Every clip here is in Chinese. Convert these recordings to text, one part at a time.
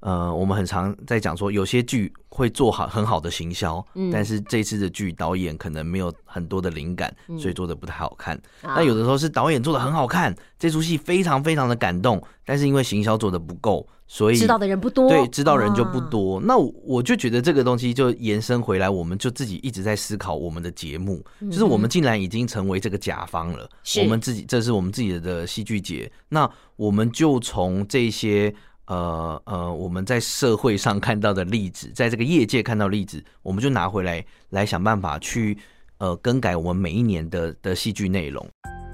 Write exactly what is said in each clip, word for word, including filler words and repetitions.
呃，我们很常在讲说，有些剧会做好很好的行销，嗯，但是这次的剧导演可能没有很多的灵感，嗯，所以做的不太好看。那、啊、有的时候是导演做的很好看，这出戏非常非常的感动，但是因为行销做的不够，所以知道的人不多， 对，知道人就不多。啊、那我就觉得这个东西就延伸回来，我们就自己一直在思考我们的节目，嗯、就是我们竟然已经成为这个甲方了，我们自己这是我们自己的戏剧节，那我们就从这些。呃呃，我们在社会上看到的例子，在这个业界看到的例子，我们就拿回来来想办法去呃更改我们每一年的的戏剧内容。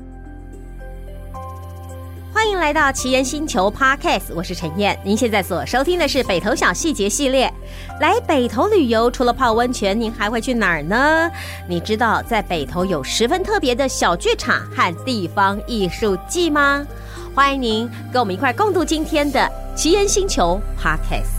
欢迎来到奇岩星球 Podcast， 我是陈燕。您现在所收听的是北投小细节系列。来北投旅游，除了泡温泉，您还会去哪儿呢？你知道在北投有十分特别的小剧场和地方艺术季吗？欢迎您跟我们一块共度今天的奇岩星球 Podcast。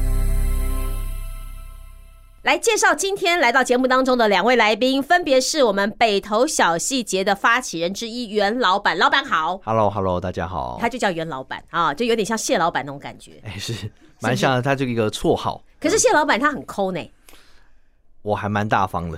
来介绍今天来到节目当中的两位来宾，分别是我们北投小细节的发起人之一袁老板。老板好。 Hello Hello 大家好。 他就叫袁老板啊，就有点像谢老板那种感觉。 哎，是蛮像的，他这个一个绰号。 可是谢老板他很抠呢。 我还蛮大方的。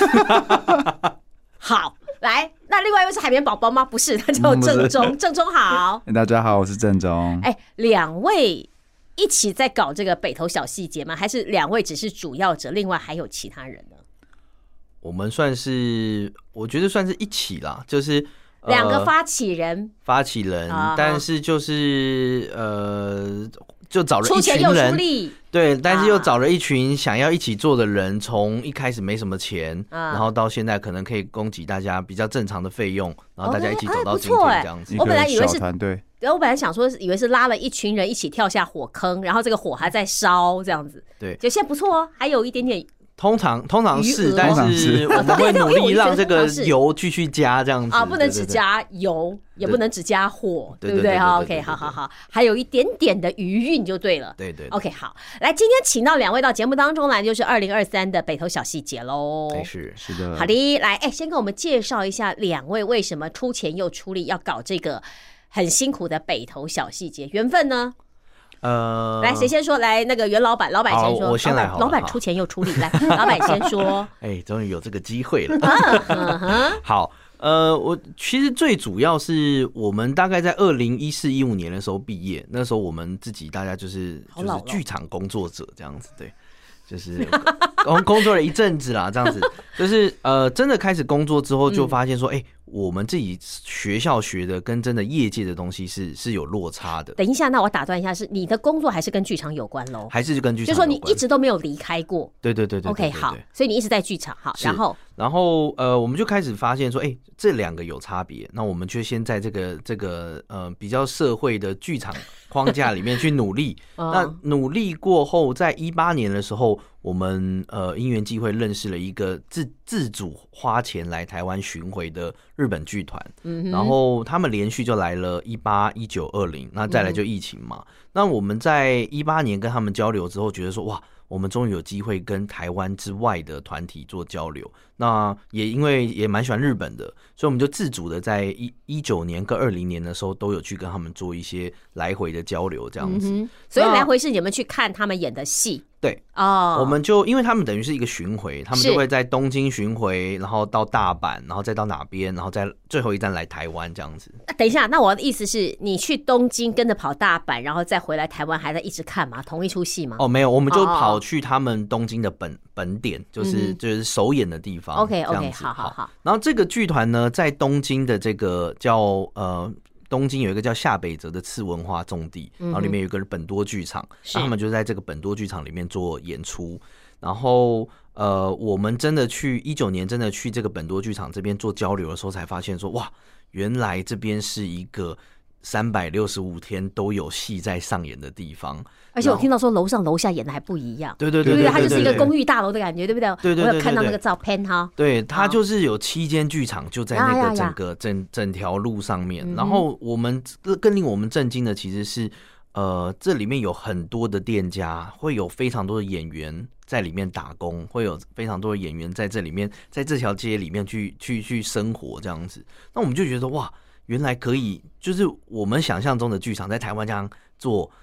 好，来，那另外一位是海绵宝宝吗？不是，他叫郑中。郑中好。 大家好，我是郑中。 哎，两位一起在搞这个北投小细节吗？还是两位只是主要者，另外还有其他人呢？ 我们算是，我觉得算是一起啦，就是两个发起人，呃、 发起人，啊、但是就是呃。就找了一群人， 出钱又出力， 对，但是又找了一群想要一起做的人，从一开始没什么钱，啊、然后到现在可能可以供给大家比较正常的费用，然后大家一起走到今天这样子。 欸欸、我本来以为是团队， 我本来想说以为是拉了一群人一起跳下火坑，然后这个火还在烧这样子。 对， 就现在不错哦，还有一点点。 通常通常是，但是我们会努力让这个油继续加这样子啊，不能只加油，也不能只加火，对不对？好 ，OK， 好好好，还有一点点的余韵就对了。 对对 ，OK， 好，来，今天请到两位到节目当中来，就是二零二三的北投小细节喽。 是是的， 好的，来，哎，先跟我们介绍一下两位为什么出钱又出力要搞这个很辛苦的北投小细节，缘分呢？呃，来，谁先说？来，那个袁老板，老板先说。 我先来好了。 老板出钱又出力，来，老板先说。 哎，终于有这个机会了。好，呃，我其实最主要是我们大概在二零一四一五年的时候毕业，那时候我们自己大家就是就是剧场工作者这样子，对。就是工工作了一阵子啦，这样子，就是呃，真的开始工作之后，就发现说，哎、嗯欸，我们自己学校学的跟真的业界的东西是是有落差的。 等一下，那我打断一下，是你的工作还是跟剧场有关喽？ 还是跟剧场有关？ 就是说你一直都没有离开过。 对对对对。 OK， 好，所以你一直在剧场，好，然后然后呃，我们就开始发现说，哎、欸，这两个有差别，那我们就先在这个这个呃比较社会的剧场框架里面去努力。那努力过后，在一八年的时候。我们呃因缘际会认识了一个自自主花钱来台湾巡回的日本剧团，嗯、然后他们连续就来了一八、一九、二零，那再来就疫情嘛。嗯、那我们在一八年跟他们交流之后，觉得说哇，我们终于有机会跟台湾之外的团体做交流。那也因为也蛮喜欢日本的，所以我们就自主的在一一九年跟二零年的时候都有去跟他们做一些来回的交流，这样子。嗯、 所以来回是你们去看他们演的戏。 对哦，我们就因为他们等于是一个巡回，他们就会在东京巡回，然后到大阪，然后再到哪边，然后再最后一站来台湾这样子。 等一下，那我的意思是你去东京跟着跑大阪，然后再回来台湾，还在一直看吗？同一出戏吗？ 哦，没有，我们就跑去他们东京的本、哦、本点，就是就是首演的地方。 OK OK， 好好好。 然后这个剧团呢，在东京的这个叫呃。东京有一个叫下北泽的次文化重地，然后里面有一个本多剧场，那他们就在这个本多剧场里面做演出。然后呃，我们真的去一九年真的去这个本多剧场这边做交流的时候，才发现说哇，原来这边是一个三百六十五天都有戏在上演的地方。 而且我听到说楼上楼下演的还不一样， 对对对 对, 对, 对, 对, 对, 对, 对, 对, 对，它就是一个公寓大楼的感觉，对不对？ 对对 对, 对, 对, 对， 我有看到那个照片哈。 对，它就是有七间剧场就在那个整个整整条路上面。然后我们更令我们震惊的其实是，呃，这里面有很多的店家，会有非常多的演员在里面打工，会有非常多的演员在这里面，在这条街里面去去去生活这样子。那我们就觉得哇，原来可以，就是我们想象中的剧场在台湾这样做。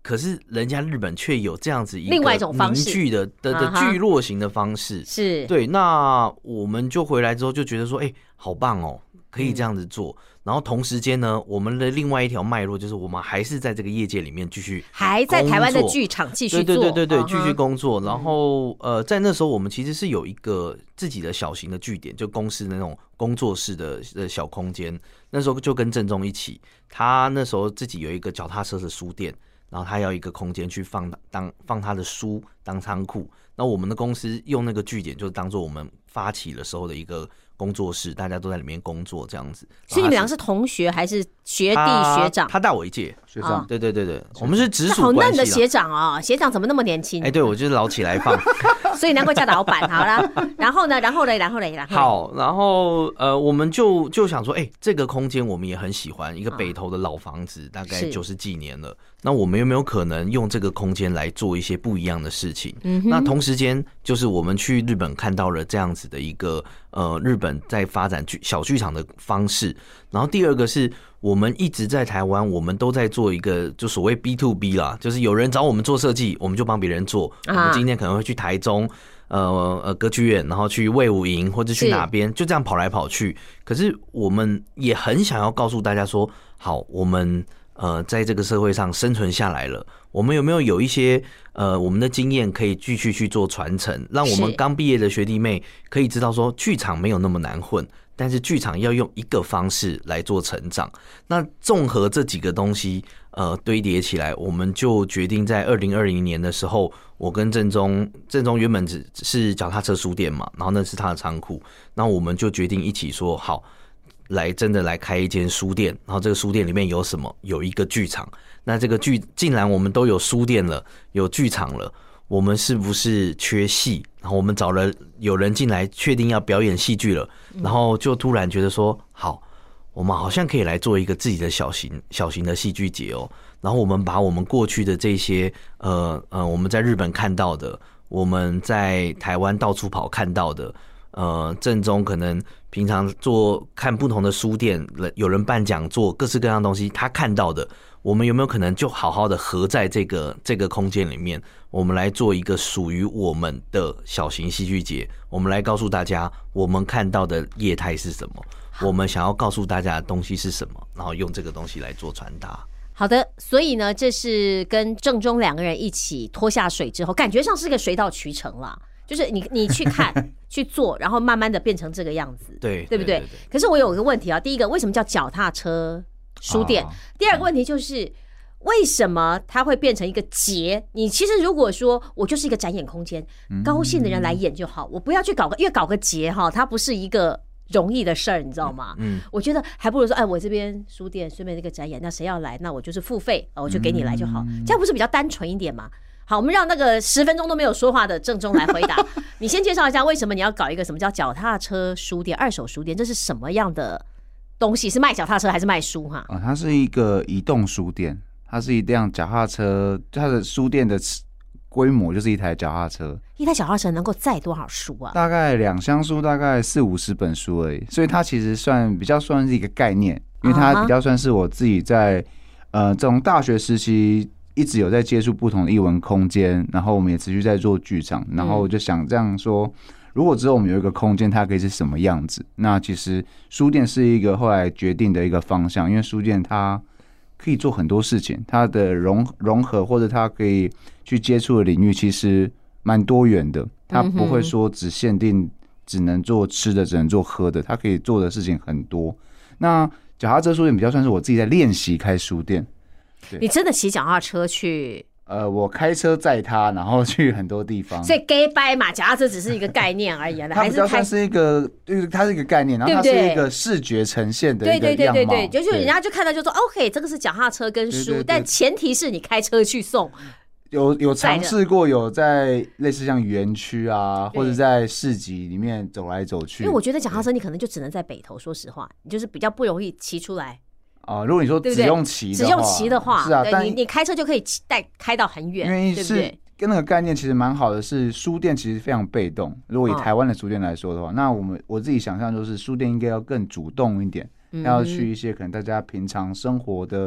可是人家日本却有这样子一个另外一种方式凝聚的的的聚落型的方式， 是对。那我们就回来之后就觉得说，哎、欸，好棒哦，可以这样子做。嗯，然后同时间呢，我们的另外一条脉络就是我们还是在这个业界里面继续还在台湾的剧场继续做， 对对对对对，继续工作。然后呃，在那时候我们其实是有一个自己的小型的据点，就公司的那种工作室的的小空间。那时候就跟郑中一起，他那时候自己有一个脚踏车的书店，然后他要一个空间去放当放他的书当仓库。那我们的公司用那个据点就当做我们发起的时候的一个工作室，大家都在里面工作这样子。 所以你们两个是同学还是学弟学长？ 他大我一届， 学长。 哦，对对对对，我们是直属关系。 好嫩的学长啊，学长怎么那么年轻？ 哎，对我就是老起来放， 所以难怪叫老板。好了，然后呢，然后嘞，然后嘞，然后好，然后呃，我们就就想说，哎，这个空间我们也很喜欢，一个北投的老房子，大概九十几年了。那我们有没有可能用这个空间来做一些不一样的事情？嗯，那同时间就是我们去日本看到了这样子的一个呃日本在发展剧小剧场的方式，然后第二个是我们一直在台湾，我们都在做一个就所谓 B to B 啦，就是有人找我们做设计，我们就帮别人做。我们今天可能会去台中呃呃歌剧院，然后去卫武营或者去哪边，就这样跑来跑去。可是我们也很想要告诉大家说，好，我们呃在这个社会上生存下来了，我们有没有有一些呃我们的经验可以继续去做传承，让我们刚毕业的学弟妹可以知道说，剧场没有那么难混。但是剧场要用一个方式来做成长，那综合这几个东西，呃，堆叠起来，我们就决定在二零二零年的时候，我跟郑中，郑中原本只是脚踏车书店嘛，然后那是他的仓库，那我们就决定一起说好，来真的来开一间书店，然后这个书店里面有什么？有一个剧场，那这个剧既然我们都有书店了，有剧场了。我们是不是缺戏？然后我们找了有人进来，确定要表演戏剧了，然后就突然觉得说，好，我们好像可以来做一个自己的小型小型的戏剧节哦。然后我们把我们过去的这些呃呃，我们在日本看到的，我们在台湾到处跑看到的，呃，正中可能平常做看不同的书店，有人办讲座，各式各样的东西，他看到的。我们有没有可能就好好的合在这个这个空间里面，我们来做一个属于我们的小型戏剧节？我们来告诉大家，我们看到的业态是什么，我们想要告诉大家的东西是什么，然后用这个东西来做传达。 好的，所以呢，这是跟郑中两个人一起拖下水之后，感觉上是个水到渠成啦。就是你你去看去做，然后慢慢的变成这个样子， 对对不对？对对对对。可是我有一个问题啊，第一个，为什么叫脚踏车书店？第二个问题就是，为什么它会变成一个节？你其实如果说我就是一个展演空间，高兴的人来演就好，我不要去搞个，因为搞个节哈，它不是一个容易的事儿，你知道吗？嗯，我觉得还不如说，哎，我这边书店顺便这个展演，那谁要来，那我就是付费，我就给你来就好，这样不是比较单纯一点吗？好，我们让那个十分钟都没有说话的郑中来回答。你先介绍一下，为什么你要搞一个什么叫脚踏车书店、二手书店？这是什么样的东西？是卖脚踏车还是卖书？哈、 呃，它是一个移动书店，它是一辆脚踏车，它的书店的规模就是一台脚踏车。 一台脚踏车能够载多少书啊？ 大概两箱书，大概四五十本书而已。所以它其实算比较算是一个概念，因为它比较算是我自己在呃从大学时期。一直有在接触不同的艺文空间，然后我们也持续在做剧场，然后我就想这样说，如果之后我们有一个空间，它可以是什么样子？那其实书店是一个后来决定的一个方向，因为书店它可以做很多事情，它的融融合或者它可以去接触的领域其实蛮多元的，它不会说只限定只能做吃的，只能做喝的，它可以做的事情很多。那脚踏车书店比较算是我自己在练习开书店。 你真的骑脚踏车去？ 呃，我开车载他，然后去很多地方。 所以 gay bye 嘛，脚踏车只是一个概念而已， 它比较算是一个，就是它是一个概念，然后它是一个视觉呈现的一个样貌。对对对对对，就是人家就看到就说 OK， 这个是脚踏车跟书，对对对，但前提是你开车去送。 有有尝试过，有在类似像园区啊，或者在市集里面走来走去。 因为我觉得脚踏车你可能就只能在北投，说实话，你就是比较不容易骑出来。 啊、呃，如果你说只用骑的话， 只用骑的话， 是啊，但你你开车就可以带开到很远， 因为对不对？ 跟那个概念其实蛮好的，是书店其实非常被动。如果以台湾的书店来说的话，哦、那我们我自己想象就是书店应该要更主动一点，嗯、要去一些可能大家平常生活的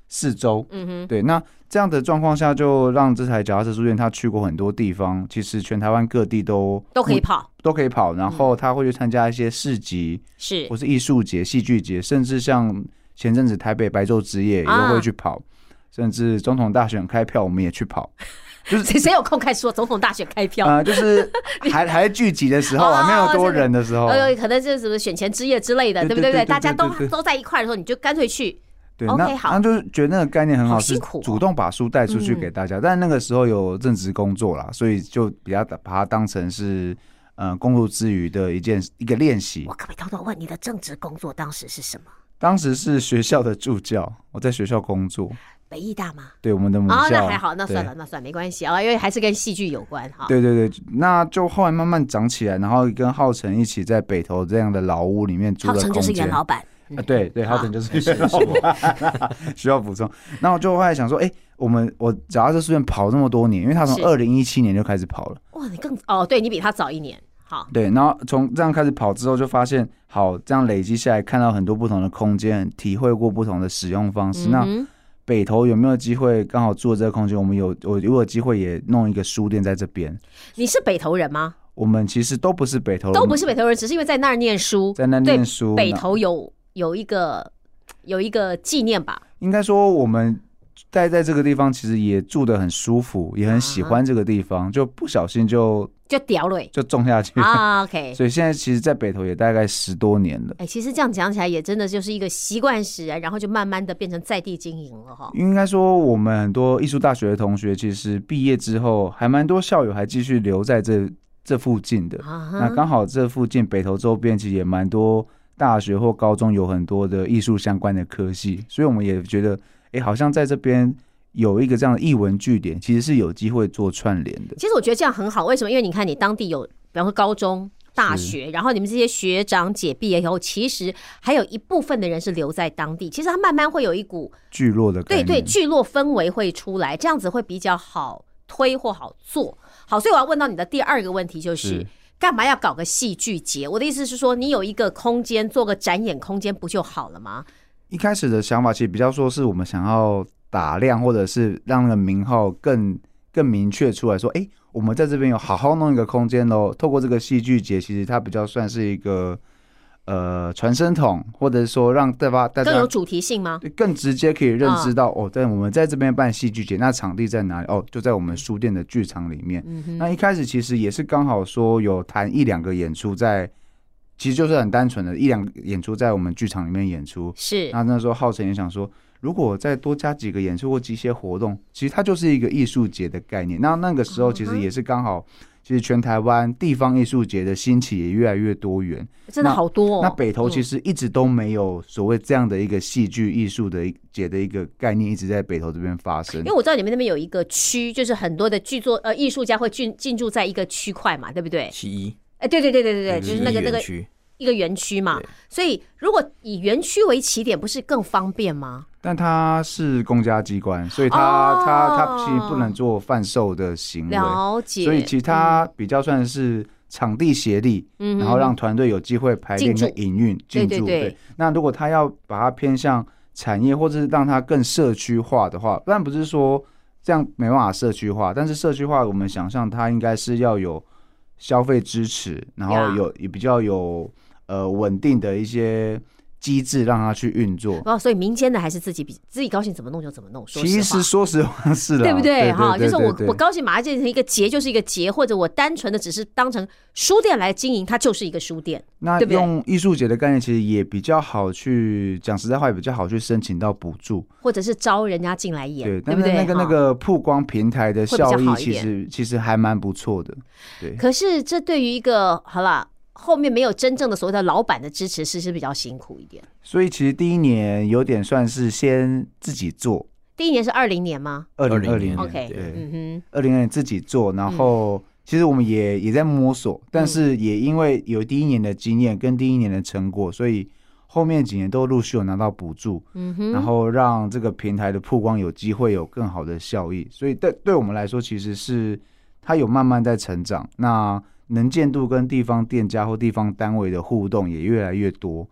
四周。 嗯哼， 对，那这样的状况下，就让这台脚踏车书店它去过很多地方，其实全台湾各地都都可以跑， 都可以跑。然后他会去参加一些市集， 是或是艺术节、戏剧节，甚至像前阵子台北白昼之夜也都会去跑，啊、甚至总统大选开票我们也去跑。 就是谁谁有空开说总统大选开票？ 呃，就是还还聚集的时候啊，没有多人的时候， 呃，可能就是什么选前之夜之类的，对不对？对，大家都都在一块的时候，你就干脆去。 对， OK 好， 那就是觉得那个概念很好， 是主动把书带出去给大家。但那个时候有正职工作啦，所以就比较把它当成是呃工作之余的一件一个练习。 我可不可以偷偷问你的正职工作当时是什么？ 当时是学校的助教，我在学校工作。 北艺大吗？ 对，我们的母校。 哦，那还好，那算了，那算了，没关系啊，因为还是跟戏剧有关哈。 对对对，那就后来慢慢长起来，然后跟浩辰一起在北投这样的老屋里面租了空间。 浩辰就是原老板。 啊，对对，浩辰就是原老板，需要补充。然后就后来想说，哎、欸，我们我脚踏车书店跑这么多年，因为他从二零一七年就开始跑了。 哇，你更哦，对你比他早一年。好， 对，然后从这样开始跑之后，就发现好，这样累积下来，看到很多不同的空间，体会过不同的使用方式。嗯、那北投有没有机会刚好住这个空间？我们有，我如果有机会也弄一个书店在这边。 你是北投人吗？ 我们其实都不是北投人， 都不是北投人，只是因为在那儿念书， 在那念书。 北投有有一个有一个纪念吧。 应该说我们待在这个地方，其实也住得很舒服，也很喜欢这个地方，啊、就不小心就就掉了， 就种下去啊。OK， 所以现在其实，在北投也大概十多年了。 哎、欸，其实这样讲起来，也真的就是一个习惯史啊，然后就慢慢的变成在地经营了哈。 应该说，我们很多艺术大学的同学，其实毕业之后，还蛮多校友还继续留在这这附近的。啊、那刚好这附近北投周边，其实也蛮多大学或高中有很多的艺术相关的科系，所以我们也觉得，哎、欸，好像在这边有一个这样的艺文据点，其实是有机会做串联的。 其实我觉得这样很好，为什么？因为你看，你当地有，比方说高中、大学，然后你们这些学长姐毕业以后，其实还有一部分的人是留在当地，其实他慢慢会有一股聚落的概念， 对对，聚落氛围会出来，这样子会比较好推或好做。好，所以我要问到你的第二个问题就是。是干嘛要搞个戏剧节？我的意思是说，你有一个空间，做个展演空间不就好了吗？ 一开始的想法其实比较说是我们想要打量，或者是让那个名号更更明确出来说，哎、欸，我们在这边有好好弄一个空间喽。透过这个戏剧节，其实它比较算是一个呃传声筒，或者说让大家大家更有主题性吗？ 更直接可以认知到、嗯、哦，在我们在这边办戏剧节，那场地在哪里？哦，就在我们书店的剧场里面。嗯、那一开始其实也是刚好说有谈一两个演出在，其实就是很单纯的一两个演出在我们剧场里面演出。 是。 那那时候浩辰也想说，如果再多加几个演出或一些活动，其实它就是一个艺术节的概念。那那个时候其实也是刚好。其实全台湾地方艺术节的兴起也越来越多元， 真的好多哦。 那, 那北投其实一直都没有所谓这样的一个戏剧艺术的节的一个概念，一直在北投这边发生。 因为我知道你们那边有一个区，就是很多的剧作呃艺术家会进进驻在一个区块嘛，对不对？ 七一， 哎，对对对对对对，就是那个那个一个园区嘛。所以如果以园区为起点，不是更方便吗？ 但它是公家机关，所以它、哦、它它其实不能做贩售的行为。 了解。 所以其他比较算是场地协力，嗯、然后让团队有机会排练跟营运进驻。对, 对。那如果他要把它偏向产业，或者是让它更社区化的话，当然不是说这样没办法社区化，但是社区化我们想象它应该是要有消费支持，然后有也比较有呃稳定的一些。机制让它去运作、 哦、所以民间的还是自己自己高兴怎么弄就怎么弄。 其实说实话是啦， 对不对？ 哈， 就是我我高兴把它建成一个节就是一个节，或者我单纯的只是当成书店来经营，它就是一个书店。 那用艺术节的概念，其实也比较好去讲实在话，也比较好去申请到补助， 或者是招人家进来演， 对， 对不对？ 那个那个曝光平台的效益，其实其实还蛮不错的。对， 可是这对于一个好了。后面没有真正的所谓的老板的支持，是是比较辛苦一点。 所以其实第一年有点算是先自己做。 第一年是二零年吗？ 二零二零年 ，OK， 对， 嗯哼， 二零年自己做，然后其实我们也也在摸索，但是也因为有第一年的经验跟第一年的成果，所以后面几年都陆续有拿到补助，嗯哼，然后让这个平台的曝光有机会有更好的效益。所以对对我们来说，其实是它有慢慢在成长。那能见度跟地方店家或地方单位的互动也越来越多，因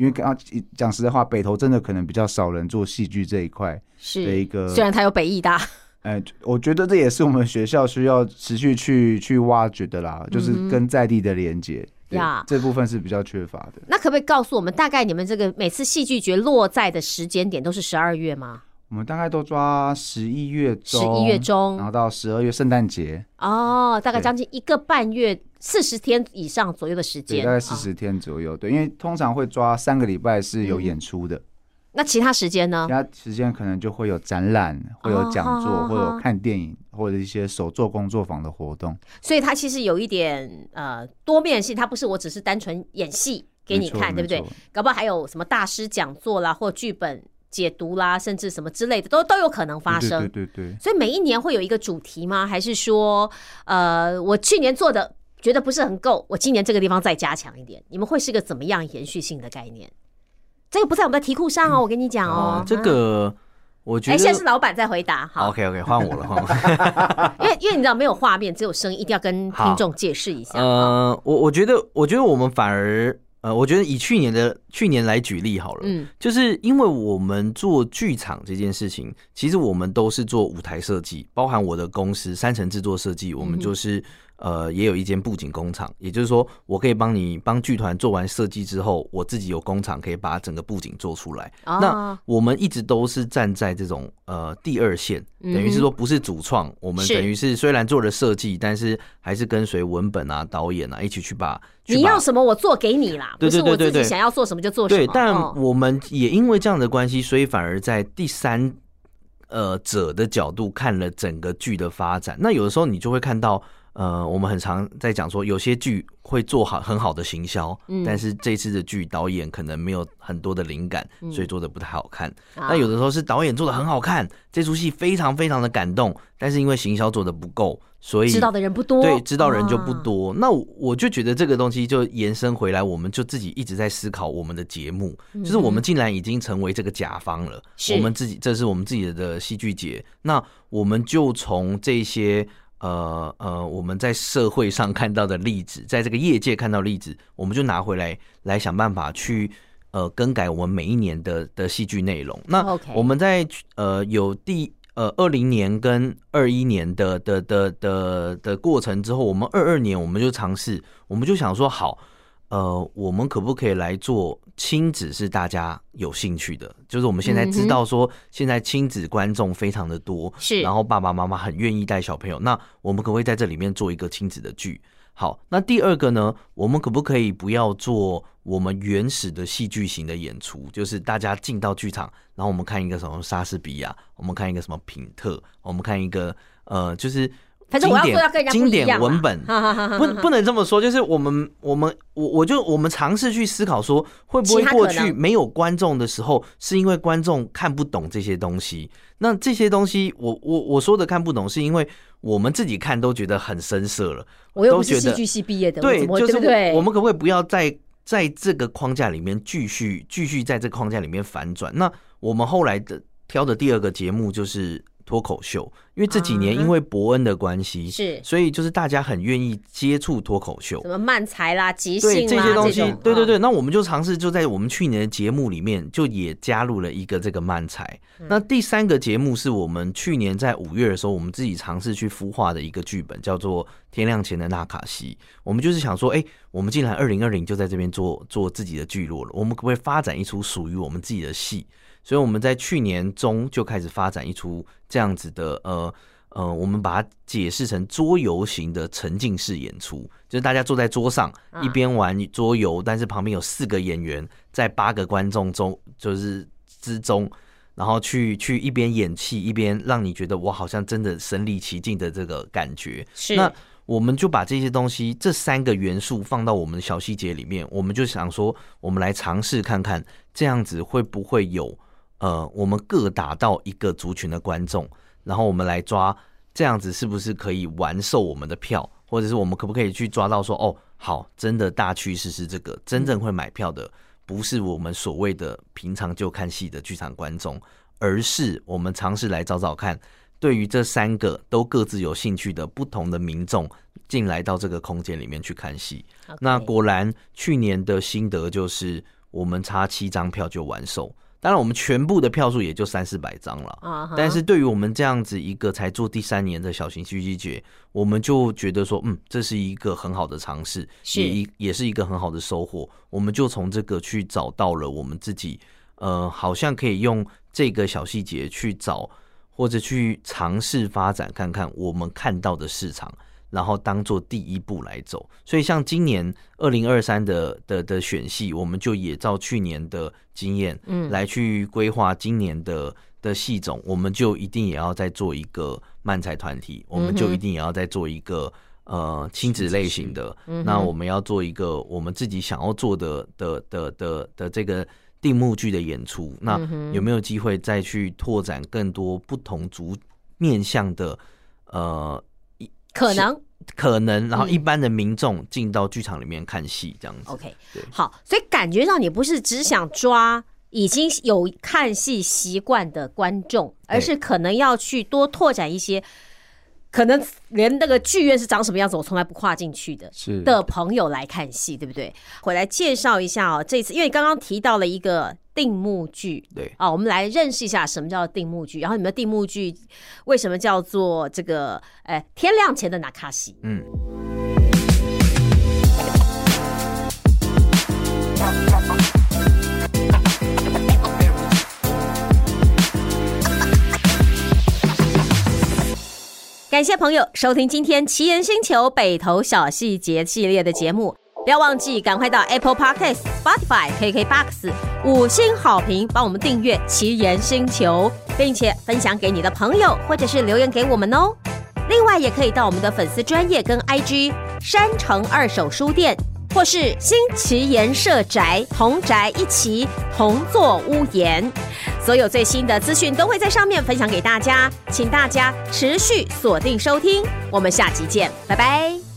因为刚刚讲实在话，北投真的可能比较少人做戏剧这一块的一个， 虽然它有北艺大。 哎，我觉得这也是我们学校需要持续去去挖掘的啦，就是跟在地的连结。呀，这部分是比较缺乏的。 那可不可以告诉我们，大概你们这个每次戏剧节落在的时间点都是十二月吗？ 我们大概都抓十一月中， 十一月中， 然后到十二月圣诞节。 哦，大概将近一个半月，四十天以上左右的时间。 对，大概四十天左右。对，因为通常会抓三个礼拜是有演出的。嗯， 那其他时间呢？ 其他时间可能就会有展览，会有讲座，哦，会有看电影，或者一些手作工作坊的活动。 所以它其实有一点呃多面性，它不是我只是单纯演戏给你看，对不对？搞不好还有什么大师讲座啦，或剧本解读啦，甚至什么之类的，都都有可能发生。 对对 对, 对, 对。 所以每一年会有一个主题吗？还是说，呃，我去年做的觉得不是很够，我今年这个地方再加强一点？你们会是个怎么样延续性的概念？这个不在我们的题库上哦，嗯，我跟你讲哦。 嗯，这个我觉得， 哎，现在是老板在回答。好 ，OK OK， 换我了，换我。 因为因为你知道没有画面，只有声音，一定要跟听众解释一下。 呃，我我觉得，我觉得我们反而。呃，我觉得以去年的去年来举例好了，嗯，就是因为我们做剧场这件事情，其实我们都是做舞台设计，包含我的公司三层制作设计，我们就是、嗯、呃也有一间布景工厂，也就是说，我可以帮你帮剧团做完设计之后，我自己有工厂可以把整个布景做出来。哦，那我们一直都是站在这种呃第二线，等于是说不是主创，嗯，我们等于是虽然做了设计，但是还是跟随文本啊、导演啊一起去把。 你要什么我做给你啦， 对对对对对， 不是我自己想要做什么就做什么。 对，但我们也因为这样的关系，所以反而在第三呃者的角度看了整个剧的发展。那有的时候你就会看到，呃，我们很常在讲说，有些剧会做好很好的行销，嗯，但是这次的剧导演可能没有很多的灵感，嗯，所以做的不太好看。嗯，那有的时候是导演做的很好看，这出戏非常非常的感动，但是因为行销做的不够，所以知道的人不多， 对，知道人就不多。啊，那我就觉得这个东西就延伸回来，我们就自己一直在思考我们的节目，嗯，就是我们竟然已经成为这个甲方了，我们自己这是我们自己的戏剧节，那我们就从这些。呃呃，我们在社会上看到的例子，在这个业界看到的例子，我们就拿回来来想办法去呃更改我们每一年的的戏剧内容。那我们在呃有第呃二零年跟二一年的的的的的过程之后，我们二二年我们就尝试，我们就想说好。呃，我们可不可以来做亲子是大家有兴趣的？就是我们现在知道说，现在亲子观众非常的多，是，然后爸爸妈妈很愿意带小朋友，那我们可不可以在这里面做一个亲子的剧？好，那第二个呢，我们可不可以不要做我们原始的戏剧型的演出？就是大家进到剧场，然后我们看一个什么莎士比亚，我们看一个什么品特，我们看一个呃，就是。 反正我要说要跟人家不一样，经典文本不不能这么说，就是我们我们我我就我们尝试去思考说，会不会过去没有观众的时候，是因为观众看不懂这些东西？那这些东西，我我我说的看不懂，是因为我们自己看都觉得很生涩了。 我又不是戏剧系毕业的， 对，就是对我们可不可以不要在在这个框架里面继续继续在这个框架里面反转？那我们后来的挑的第二个节目就是脱口秀，因为这几年因为伯恩的关系，是、啊，所以就是大家很愿意接触脱口秀， 什么漫才啦、即兴啦对这些东西，对对对。那我们就尝试就在我们去年的节目里面，就也加入了一个这个漫才。嗯、那第三个节目是我们去年在五月的时候，我们自己尝试去孵化的一个剧本，叫做《天亮前的纳卡西》。我们就是想说，哎、欸，我们既然二零二零就在这边做做自己的聚落了，我们可不可以发展一出属于我们自己的戏？所以我们在去年中就开始发展一出这样子的呃呃，我们把它解释成桌游型的沉浸式演出，就是大家坐在桌上一边玩桌游，但是旁边有四个演员在八个观众中就是之中，然后去去一边演戏一边让你觉得我好像真的身临其境的这个感觉。是，那我们就把这些东西这三个元素放到我们的小细节里面，我们就想说，我们来尝试看看这样子会不会有。呃，我们各打到一个族群的观众，然后我们来抓这样子是不是可以完售我们的票，或者是我们可不可以去抓到说，哦，好，真的大趋势是这个，真正会买票的不是我们所谓的平常就看戏的剧场观众，而是我们尝试来找找看，对于这三个都各自有兴趣的不同的民众进来到这个空间里面去看戏。Okay. 那果然去年的心得就是。 我们差七张票就完售。当然，我们全部的票数也就三四百张了。Uh-huh. 但是对于我们这样子一个才做第三年的小型戏剧节，我们就觉得说，嗯，这是一个很好的尝试，也也是一个很好的收获。我们就从这个去找到了我们自己，呃，好像可以用这个小细节去找或者去尝试发展看看我们看到的市场。然后当做第一步来走，所以像今年二零二三的的的选戏，我们就也照去年的经验，嗯，来去规划今年的的戏种，我们就一定也要再做一个漫才团体，我们就一定也要再做一个呃亲子类型的，嗯，那我们要做一个我们自己想要做的的的的的这个定目剧的演出，那有没有机会再去拓展更多不同族面向的呃？ 可能可能，然后一般的民众进到剧场里面看戏这样子。 OK， 好，所以感觉上你不是只想抓已经有看戏习惯的观众，而是可能要去多拓展一些可能连那个剧院是长什么样子我从来不跨进去的的朋友来看戏，对不对？回来介绍一下哦，这次因为你刚刚提到了一个定目剧， 对啊，我们来认识一下什么叫定目剧，然后你们的定目剧为什么叫做这个呃天亮前的那卡西？嗯。感谢朋友收听今天奇岩星球北投小细节系列的节目，不要忘记赶快到 Apple Podcast、Spotify、K K Box 五星好评，帮我们订阅奇岩星球，并且分享给你的朋友，或者是留言给我们哦。另外也可以到我们的粉丝专页跟 I G 山城二手书店，或是新奇岩社宅同宅一起同坐屋檐，所有最新的资讯都会在上面分享给大家，请大家持续锁定收听，我们下期见，拜拜。